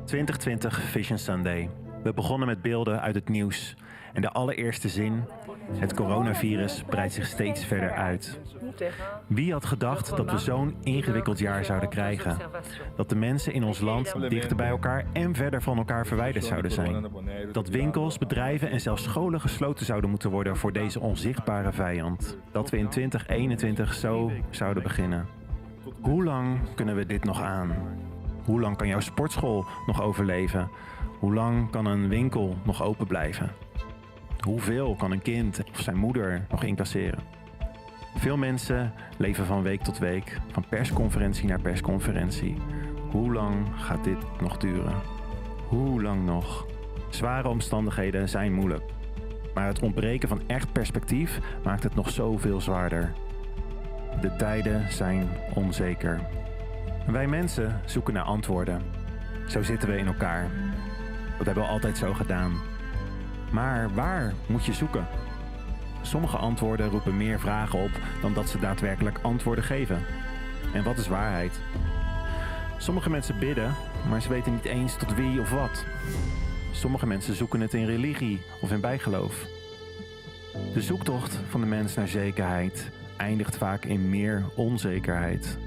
2020 Vision Sunday. We begonnen met beelden uit het nieuws. En de allereerste zin: het coronavirus breidt zich steeds verder uit. Wie had gedacht dat we zo'n ingewikkeld jaar zouden krijgen? Dat de mensen in ons land dichter bij elkaar en verder van elkaar verwijderd zouden zijn. Dat winkels, bedrijven en zelfs scholen gesloten zouden moeten worden voor deze onzichtbare vijand. Dat we in 2021 zo zouden beginnen. Hoe lang kunnen we dit nog aan? Hoe lang kan jouw sportschool nog overleven? Hoe lang kan een winkel nog open blijven? Hoeveel kan een kind of zijn moeder nog incasseren? Veel mensen leven van week tot week, van persconferentie naar persconferentie. Hoe lang gaat dit nog duren? Hoe lang nog? Zware omstandigheden zijn moeilijk. Maar het ontbreken van echt perspectief maakt het nog zoveel zwaarder. De tijden zijn onzeker. Wij mensen zoeken naar antwoorden. Zo zitten we in elkaar. Dat hebben we altijd zo gedaan. Maar waar moet je zoeken? Sommige antwoorden roepen meer vragen op dan dat ze daadwerkelijk antwoorden geven. En wat is waarheid? Sommige mensen bidden, maar ze weten niet eens tot wie of wat. Sommige mensen zoeken het in religie of in bijgeloof. De zoektocht van de mens naar zekerheid eindigt vaak in meer onzekerheid.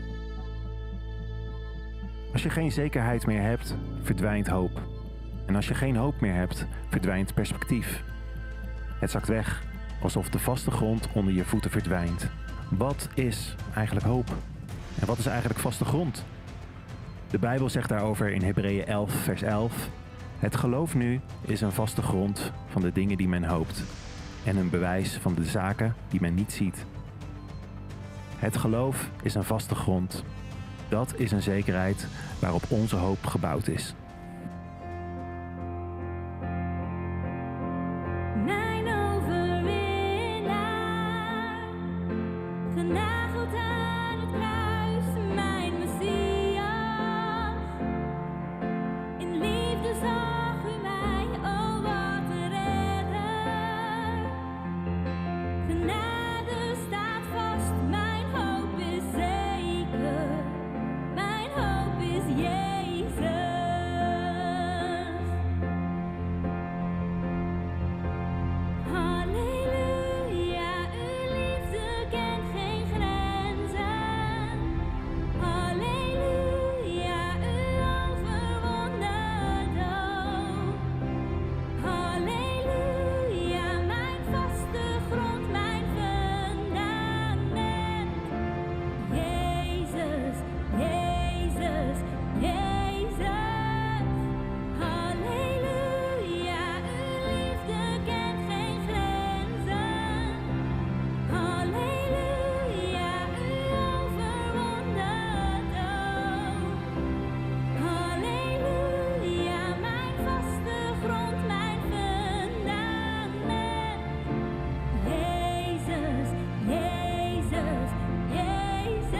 Als je geen zekerheid meer hebt, verdwijnt hoop. En als je geen hoop meer hebt, verdwijnt perspectief. Het zakt weg, alsof de vaste grond onder je voeten verdwijnt. Wat is eigenlijk hoop? En wat is eigenlijk vaste grond? De Bijbel zegt daarover in Hebreeën 11, vers 11... Het geloof nu is een vaste grond van de dingen die men hoopt. En een bewijs van de zaken die men niet ziet. Het geloof is een vaste grond. Dat is een zekerheid waarop onze hoop gebouwd is. Mijn overwinnaar, genageld aan het kruis, mijn Messias. In liefde zag u mij, oh wat een redder. Genade staat vast, mijn hoop is zeker. Mijn hoop is Jezus. Halleluja, uw liefde kent geen grenzen. Halleluja, uw onverwonnen dood. Halleluja, mijn vaste grond, mijn fundament. Jezus, Jezus, Jezus. Halleluja, uw liefde kent geen grenzen. Halleluja, uw onverwonnen dood. Halleluja, mijn vaste grond, mijn fundament. Jezus, Jezus, Jezus.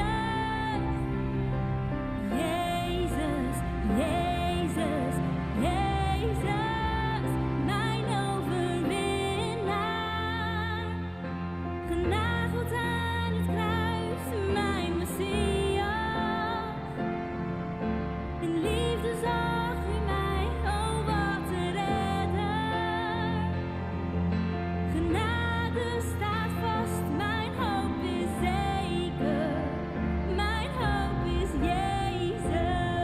Jezus, Jezus, Jezus, mijn overwinnaar. Genageld aan het kruis, mijn Messias. In liefde zag u mij, oh wat een redder. Genade staat vast, mijn hoop is zeker. Mijn hoop is Jezus.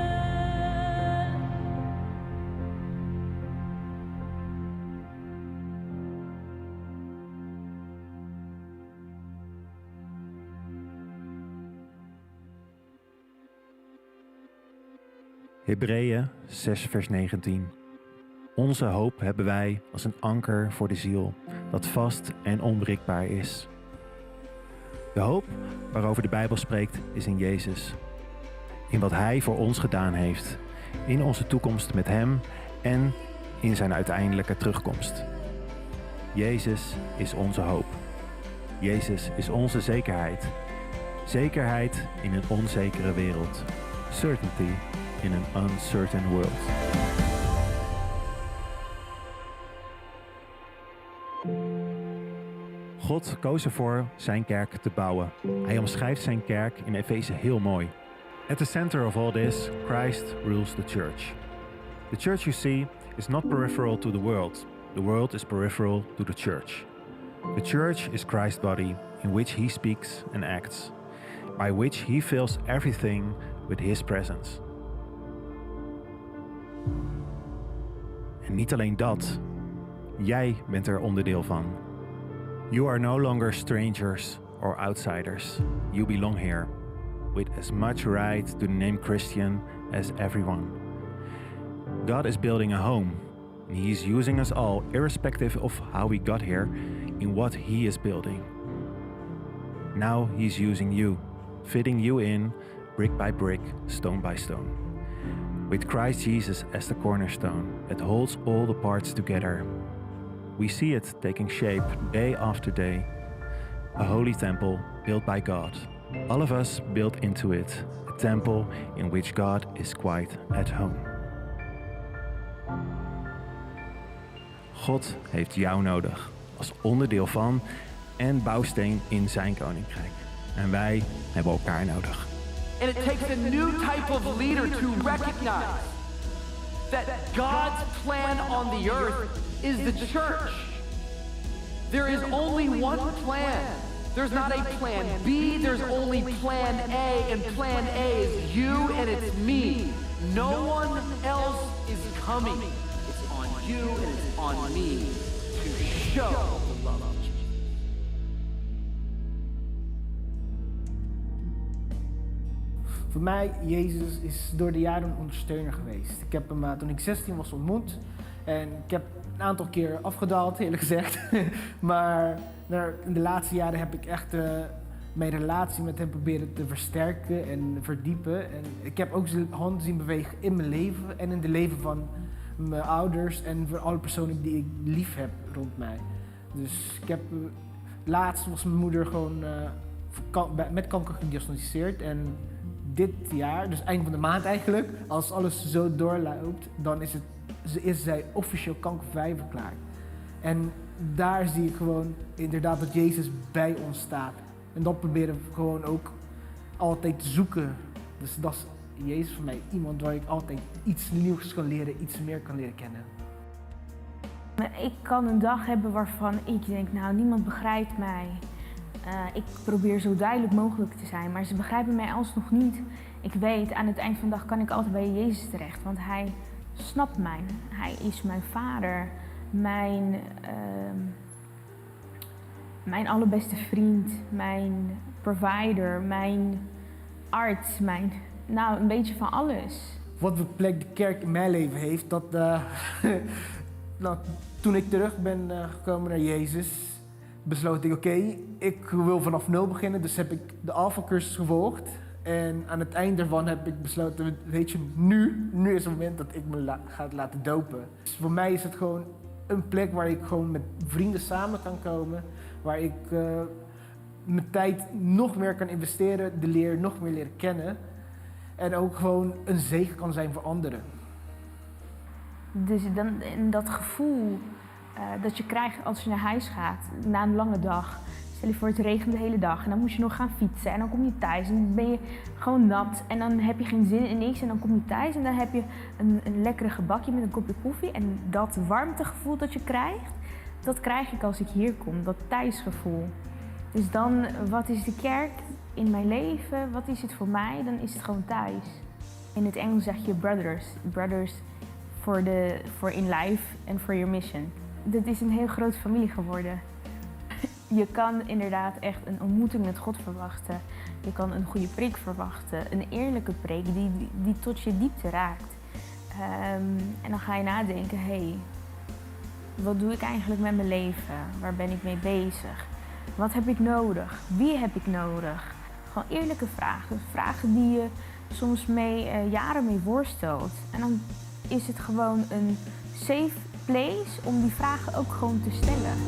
Hebreeën 6 vers 19. Onze hoop hebben wij als een anker voor de ziel, dat vast en onwrikbaar is. De hoop waarover de Bijbel spreekt is in Jezus. In wat Hij voor ons gedaan heeft. In onze toekomst met Hem en in zijn uiteindelijke terugkomst. Jezus is onze hoop. Jezus is onze zekerheid. Zekerheid in een onzekere wereld. Certainty in an uncertain world. God koos ervoor zijn kerk te bouwen. Hij omschrijft zijn kerk in Efeze heel mooi. At the center of all this, Christ rules the church. The church you see is not peripheral to the world is peripheral to the church. The church is Christ's body in which he speaks and acts, by which he fills everything with his presence. En niet alleen dat, jij bent er onderdeel van. You are no longer strangers or outsiders. You belong here, with as much right to the name Christian as everyone. God is building a home, and he is using us all, irrespective of how we got here, in what he is building. Now he's using you, fitting you in, brick by brick, stone by stone. With Christ Jesus as the cornerstone that holds all the parts together. We see it taking shape day after day. A holy temple built by God. All of us built into it. A temple in which God is quite at home. God heeft jou nodig als onderdeel van en bouwsteen in zijn koninkrijk. En wij hebben elkaar nodig. And it takes a new type of leader to recognize that God's plan on the earth is the church. There is only one plan. There's not a plan B, there's only plan A, and plan A is you and it's me. No one else is coming. It's on you and it's on me to show the love of Jesus. Voor mij, Jezus is door de jaren een ondersteuner geweest. Ik heb hem toen ik 16 was ontmoet. En ik heb een aantal keer afgedaald, eerlijk gezegd. Maar in de laatste jaren heb ik echt mijn relatie met hem proberen te versterken en verdiepen. En ik heb ook zijn hand zien bewegen in mijn leven en in het leven van mijn ouders en voor alle personen die ik lief heb rond mij. Dus ik heb laatst was mijn moeder gewoon met kanker gediagnosticeerd. En dit jaar, dus eind van de maand eigenlijk, als alles zo doorloopt, dan is zij officieel kankervrij verklaard. En daar zie ik gewoon inderdaad dat Jezus bij ons staat. En dat proberen we gewoon ook altijd te zoeken. Dus dat is Jezus voor mij iemand waar ik altijd iets nieuws kan leren, iets meer kan leren kennen. Ik kan een dag hebben waarvan ik denk, nou, niemand begrijpt mij. Ik probeer zo duidelijk mogelijk te zijn, maar ze begrijpen mij alsnog niet. Ik weet, aan het eind van de dag kan ik altijd bij Jezus terecht, want hij snapt mij. Hij is mijn vader, mijn allerbeste vriend, mijn provider, mijn arts, nou, een beetje van alles. Wat voor plek de kerk in mijn leven heeft, dat nou, toen ik terug ben gekomen naar Jezus, besloot ik, oké, ik wil vanaf nul beginnen, dus heb ik de Alpha-cursus gevolgd. En aan het eind daarvan heb ik besloten, weet je, nu is het moment dat ik me ga laten dopen. Dus voor mij is het gewoon een plek waar ik gewoon met vrienden samen kan komen, waar ik mijn tijd nog meer kan investeren, de leer nog meer leren kennen en ook gewoon een zegen kan zijn voor anderen. Dus dat gevoel dat je krijgt als je naar huis gaat na een lange dag. Stel je voor, het regent de hele dag en dan moet je nog gaan fietsen en dan kom je thuis en dan ben je gewoon nat en dan heb je geen zin in niks en dan kom je thuis en dan heb je een lekkere gebakje met een kopje koffie en dat warmtegevoel dat je krijgt, dat krijg ik als ik hier kom, dat thuisgevoel. Dus dan, wat is de kerk in mijn leven, wat is het voor mij, dan is het gewoon thuis. In het Engels zeg je brothers for in life and for your mission. Dit is een heel grote familie geworden. Je kan inderdaad echt een ontmoeting met God verwachten. Je kan een goede preek verwachten, een eerlijke preek die tot je diepte raakt. En dan ga je nadenken, hé, wat doe ik eigenlijk met mijn leven? Waar ben ik mee bezig? Wat heb ik nodig? Wie heb ik nodig? Gewoon eerlijke vragen. Vragen die je soms jaren mee worstelt. En dan is het gewoon een safe place om die vragen ook gewoon te stellen.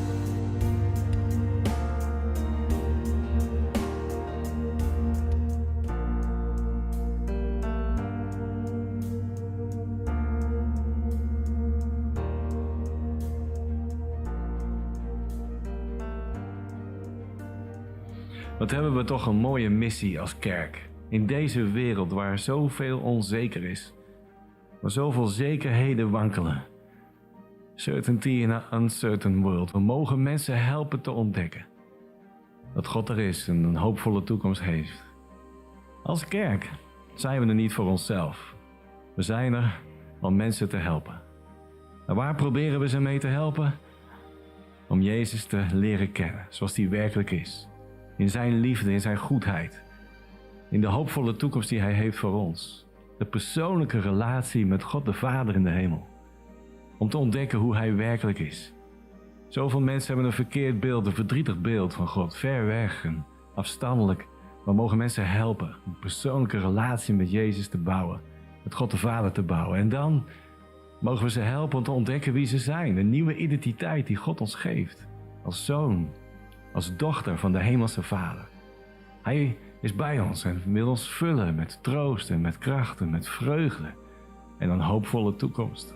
Wat hebben we toch een mooie missie als kerk. In deze wereld waar zoveel onzeker is. waar zoveel zekerheden wankelen. Certainty in an uncertain world. We mogen mensen helpen te ontdekken dat God er is en een hoopvolle toekomst heeft. Als kerk zijn we er niet voor onszelf. We zijn er om mensen te helpen. En waar proberen we ze mee te helpen? Om Jezus te leren kennen zoals hij werkelijk is. In zijn liefde, in zijn goedheid. In de hoopvolle toekomst die hij heeft voor ons. De persoonlijke relatie met God de Vader in de hemel. Om te ontdekken hoe hij werkelijk is. Zoveel mensen hebben een verkeerd beeld, een verdrietig beeld van God. Ver weg en afstandelijk. We mogen mensen helpen een persoonlijke relatie met Jezus te bouwen. Met God de Vader te bouwen. En dan mogen we ze helpen om te ontdekken wie ze zijn. Een nieuwe identiteit die God ons geeft. Als zoon, als dochter van de hemelse Vader. Hij is bij ons en wil ons vullen met troost en met kracht en met vreugde. En een hoopvolle toekomst.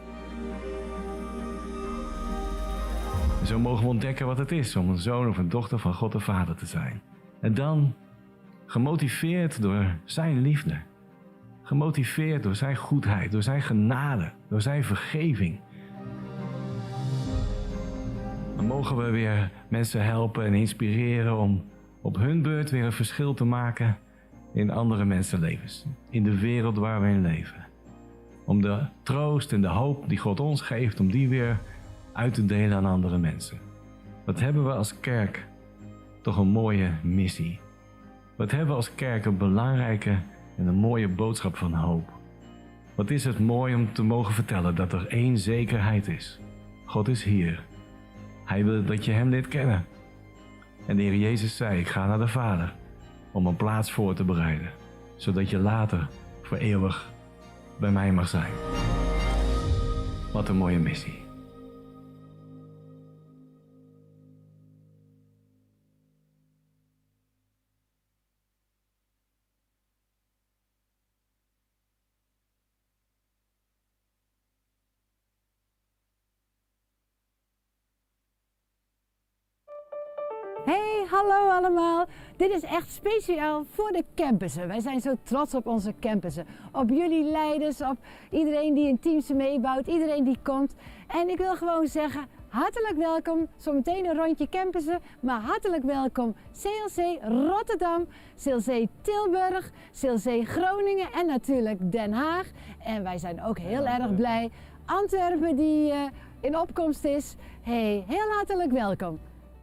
En zo mogen we ontdekken wat het is om een zoon of een dochter van God de Vader te zijn. En dan, gemotiveerd door zijn liefde. Gemotiveerd door zijn goedheid, door zijn genade, door zijn vergeving. Dan mogen we weer mensen helpen en inspireren om op hun beurt weer een verschil te maken in andere mensenlevens. In de wereld waar we in leven. Om de troost en de hoop die God ons geeft, om die weer uit te delen aan andere mensen. Wat hebben we als kerk toch een mooie missie. Wat hebben we als kerk een belangrijke en een mooie boodschap van hoop. Wat is het mooi om te mogen vertellen dat er één zekerheid is. God is hier. Hij wil dat je hem leert kennen. En de Heer Jezus zei, ik ga naar de Vader om een plaats voor te bereiden. Zodat je later voor eeuwig bij mij mag zijn. Wat een mooie missie. Hey, hallo allemaal. Dit is echt speciaal voor de campussen. Wij zijn zo trots op onze campussen. Op jullie leiders, op iedereen die in teams meebouwt, iedereen die komt. En ik wil gewoon zeggen, hartelijk welkom. Zometeen een rondje campussen, maar hartelijk welkom CLC Rotterdam, CLC Tilburg, CLC Groningen en natuurlijk Den Haag. En wij zijn ook heel erg blij. Antwerpen die in opkomst is. Hey, heel hartelijk welkom.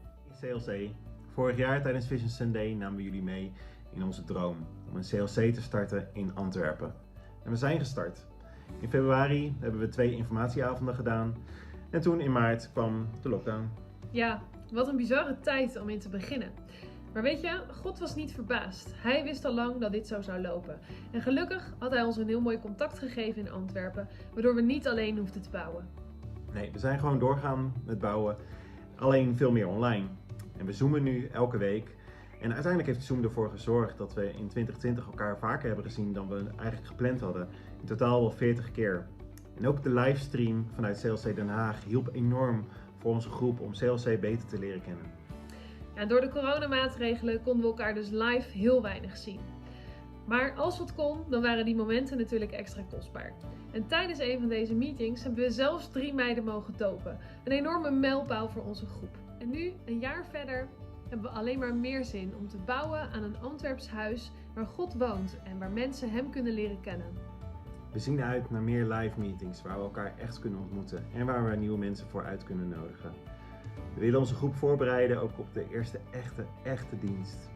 CLC. Vorig jaar tijdens Vision Sunday namen we jullie mee in onze droom om een CLC te starten in Antwerpen. En we zijn gestart. In februari hebben we 2 informatieavonden gedaan en toen in maart kwam de lockdown. Ja, wat een bizarre tijd om in te beginnen. Maar weet je, God was niet verbaasd. Hij wist al lang dat dit zo zou lopen. En gelukkig had hij ons een heel mooi contact gegeven in Antwerpen, waardoor we niet alleen hoefden te bouwen. Nee, we zijn gewoon doorgaan met bouwen, alleen veel meer online. En we zoomen nu elke week. En uiteindelijk heeft Zoom ervoor gezorgd dat we in 2020 elkaar vaker hebben gezien dan we eigenlijk gepland hadden. In totaal wel 40 keer. En ook de livestream vanuit CLC Den Haag hielp enorm voor onze groep om CLC beter te leren kennen. Ja, door de coronamaatregelen konden we elkaar dus live heel weinig zien. Maar als het kon, dan waren die momenten natuurlijk extra kostbaar. En tijdens een van deze meetings hebben we zelfs 3 meiden mogen dopen. Een enorme mijlpaal voor onze groep. En nu, een jaar verder, hebben we alleen maar meer zin om te bouwen aan een Antwerps huis waar God woont en waar mensen hem kunnen leren kennen. We zien uit naar meer live meetings waar we elkaar echt kunnen ontmoeten en waar we nieuwe mensen voor uit kunnen nodigen. We willen onze groep voorbereiden ook op de eerste echte dienst.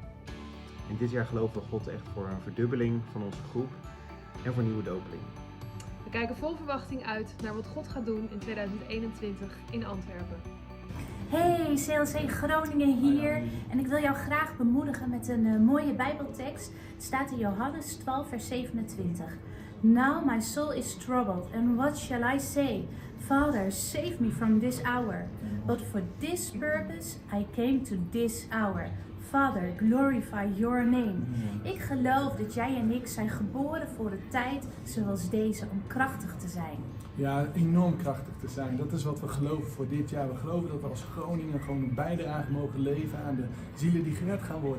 En dit jaar geloven we God echt voor een verdubbeling van onze groep en voor nieuwe dopelingen. We kijken vol verwachting uit naar wat God gaat doen in 2021 in Antwerpen. Hey, CLC Groningen hier en ik wil jou graag bemoedigen met een mooie Bijbeltekst. Het staat in Johannes 12 vers 27. Now my soul is troubled and what shall I say? Father, save me from this hour. But for this purpose I came to this hour. Father, glorify your name. Ik geloof dat jij en ik zijn geboren voor een tijd zoals deze om krachtig te zijn. Ja, enorm krachtig te zijn. Dat is wat we geloven voor dit jaar. We geloven dat we als Groningen gewoon een bijdrage mogen leveren aan de zielen die gered gaan worden.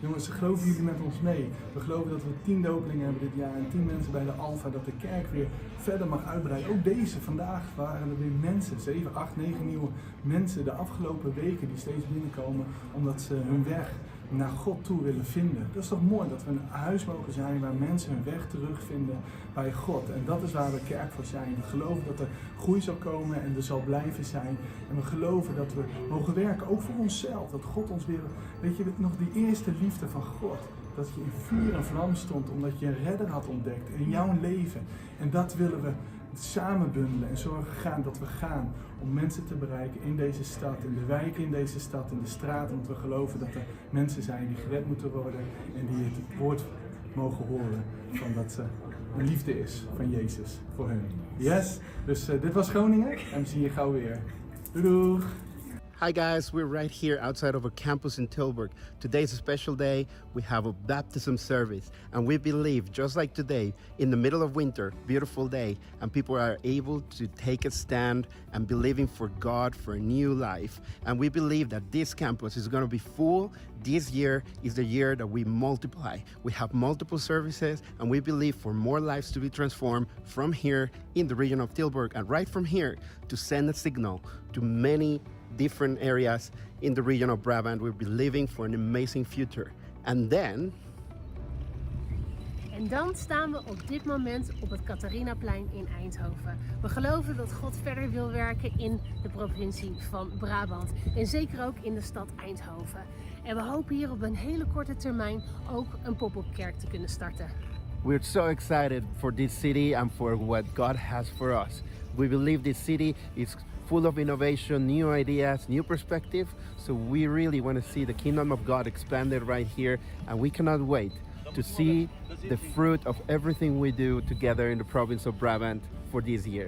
Jongens, geloven jullie met ons mee? We geloven dat we 10 dopelingen hebben dit jaar en 10 mensen bij de Alpha, dat de kerk weer verder mag uitbreiden. Ook deze, vandaag waren er weer mensen, 7, 8, 9 nieuwe mensen de afgelopen weken die steeds binnenkomen omdat ze hun weg naar God toe willen vinden. Dat is toch mooi dat we een huis mogen zijn waar mensen hun weg terugvinden bij God. En dat is waar we kerk voor zijn. We geloven dat er groei zal komen en er zal blijven zijn. En we geloven dat we mogen werken, ook voor onszelf. Dat God ons weer, weet je, nog die eerste liefde van God. Dat je in vuur en vlam stond omdat je een redder had ontdekt in jouw leven. En dat willen we samen bundelen en zorgen dat we gaan om mensen te bereiken in deze stad, in de wijken in deze stad, in de straten. Want we geloven dat er mensen zijn die gered moeten worden en die het woord mogen horen van dat een liefde is van Jezus voor hun. Yes, dus dit was Groningen en we zien je gauw weer. Doei doeg! Hi guys, we're right here outside of our campus in Tilburg. Today's a special day. We have a baptism service and we believe, just like today, in the middle of winter, beautiful day, and people are able to take a stand and believing for God for a new life. And we believe that this campus is going to be full. This year is the year that we multiply. We have multiple services and we believe for more lives to be transformed from here in the region of Tilburg and right from here to send a signal to many different areas in the region of Brabant. We're believing for an amazing future. And then... En dan staan we op dit moment op het Catharinaplein in Eindhoven. We geloven dat God verder wil werken in de provincie van Brabant. En zeker ook in de stad Eindhoven. En we hopen hier op een hele korte termijn ook een pop-up kerk te kunnen starten. We're so excited for this city and for what God has for us. We believe this city is full of innovation, new ideas, new perspective. So we really want to see the kingdom of God expanded right here. And we cannot wait to see the fruit of everything we do together in the province of Brabant for this year.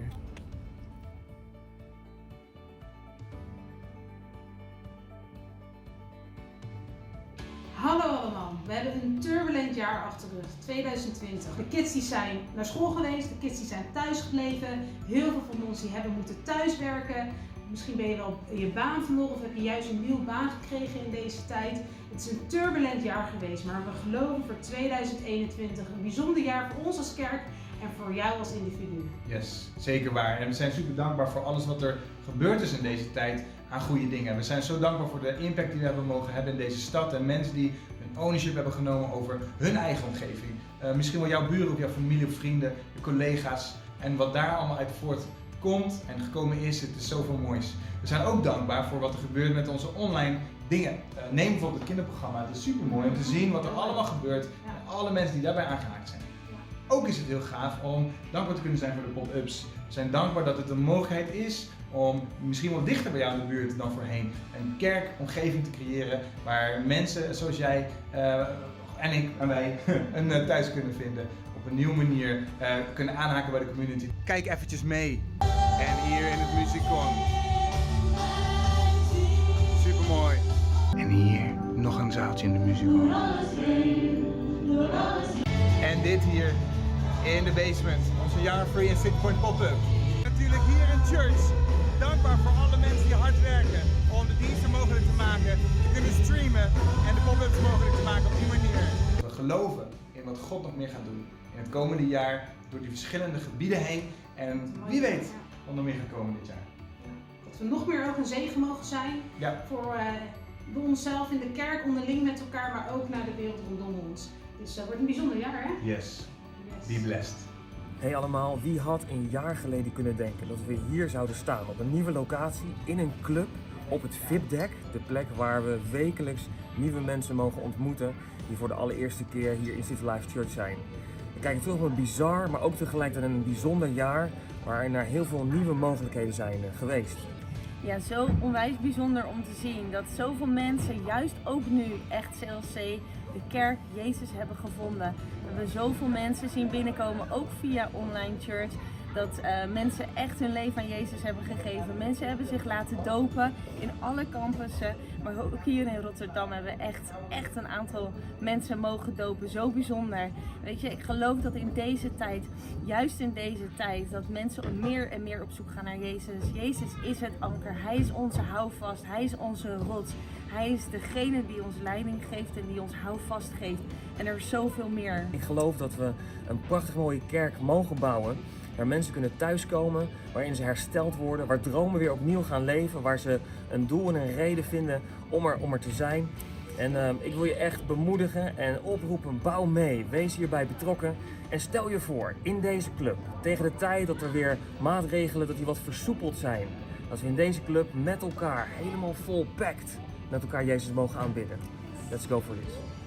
Hallo allemaal, we hebben een turbulent jaar achter de rug, 2020. De kids die zijn naar school geweest, de kids die zijn thuis gebleven. Heel veel van ons die hebben moeten thuiswerken. Misschien ben je wel je baan verloren of heb je juist een nieuwe baan gekregen in deze tijd. Het is een turbulent jaar geweest, maar we geloven voor 2021 een bijzonder jaar voor ons als kerk en voor jou als individu. Yes, zeker waar. En we zijn super dankbaar voor alles wat er gebeurd is in deze tijd aan goede dingen. We zijn zo dankbaar voor de impact die we hebben mogen hebben in deze stad en mensen die een ownership hebben genomen over hun eigen omgeving. Misschien wel jouw buren of jouw familie of vrienden, je collega's en wat daar allemaal uit voortkomt en gekomen is. Het is zoveel moois. We zijn ook dankbaar voor wat er gebeurt met onze online dingen. Neem bijvoorbeeld het kinderprogramma. Het is super mooi om te zien wat er allemaal gebeurt en alle mensen die daarbij aangehaakt zijn. Ook is het heel gaaf om dankbaar te kunnen zijn voor de pop-ups. We zijn dankbaar dat het een mogelijkheid is om misschien wel dichter bij jou in de buurt dan voorheen een kerkomgeving te creëren waar mensen zoals jij en ik en wij een thuis kunnen vinden. Op een nieuwe manier kunnen aanhaken bij de community. Kijk eventjes mee. En hier in het Musicon. Supermooi. En hier nog een zaaltje in de Musicon. En dit hier in de basement, onze Young Free and City Point pop-up. Natuurlijk hier in Church. Dankbaar voor alle mensen die hard werken om de diensten mogelijk te maken, te kunnen streamen en de pop-ups mogelijk te maken op die manier. We geloven in wat God nog meer gaat doen in het komende jaar door die verschillende gebieden heen en wie weet wat er meer gaat komen dit jaar. Dat we nog meer ook een zegen mogen zijn voor onszelf in de kerk, onderling met elkaar, maar ook naar de wereld rondom ons. Dus dat wordt een bijzonder jaar, hè? Yes. Be blessed. Hey allemaal, wie had een jaar geleden kunnen denken dat we hier zouden staan op een nieuwe locatie, in een club, op het VIP-deck, de plek waar we wekelijks nieuwe mensen mogen ontmoeten die voor de allereerste keer hier in City Life Church zijn. We kijken terug op een bizar, maar ook tegelijkertijd een bijzonder jaar waarin er heel veel nieuwe mogelijkheden zijn geweest. Ja, zo onwijs bijzonder om te zien dat zoveel mensen, juist ook nu echt CLC, de kerk Jezus hebben gevonden. We hebben zoveel mensen zien binnenkomen, ook via online church, Dat mensen echt hun leven aan Jezus hebben gegeven. Mensen hebben zich laten dopen in alle campussen. Maar ook hier in Rotterdam hebben we echt een aantal mensen mogen dopen. Zo bijzonder. Weet je, ik geloof dat in deze tijd, juist in deze tijd, dat mensen meer en meer op zoek gaan naar Jezus. Jezus is het anker. Hij is onze houvast. Hij is onze rots. Hij is degene die ons leiding geeft en die ons houvast geeft. En er is zoveel meer. Ik geloof dat we een prachtig mooie kerk mogen bouwen. Waar mensen kunnen thuiskomen, waarin ze hersteld worden, waar dromen weer opnieuw gaan leven, waar ze een doel en een reden vinden om er te zijn. En ik wil je echt bemoedigen en oproepen, bouw mee, wees hierbij betrokken en stel je voor, in deze club, tegen de tijd dat er weer maatregelen, dat die wat versoepeld zijn, dat we in deze club met elkaar, helemaal vol packed, met elkaar Jezus mogen aanbidden. Let's go for this.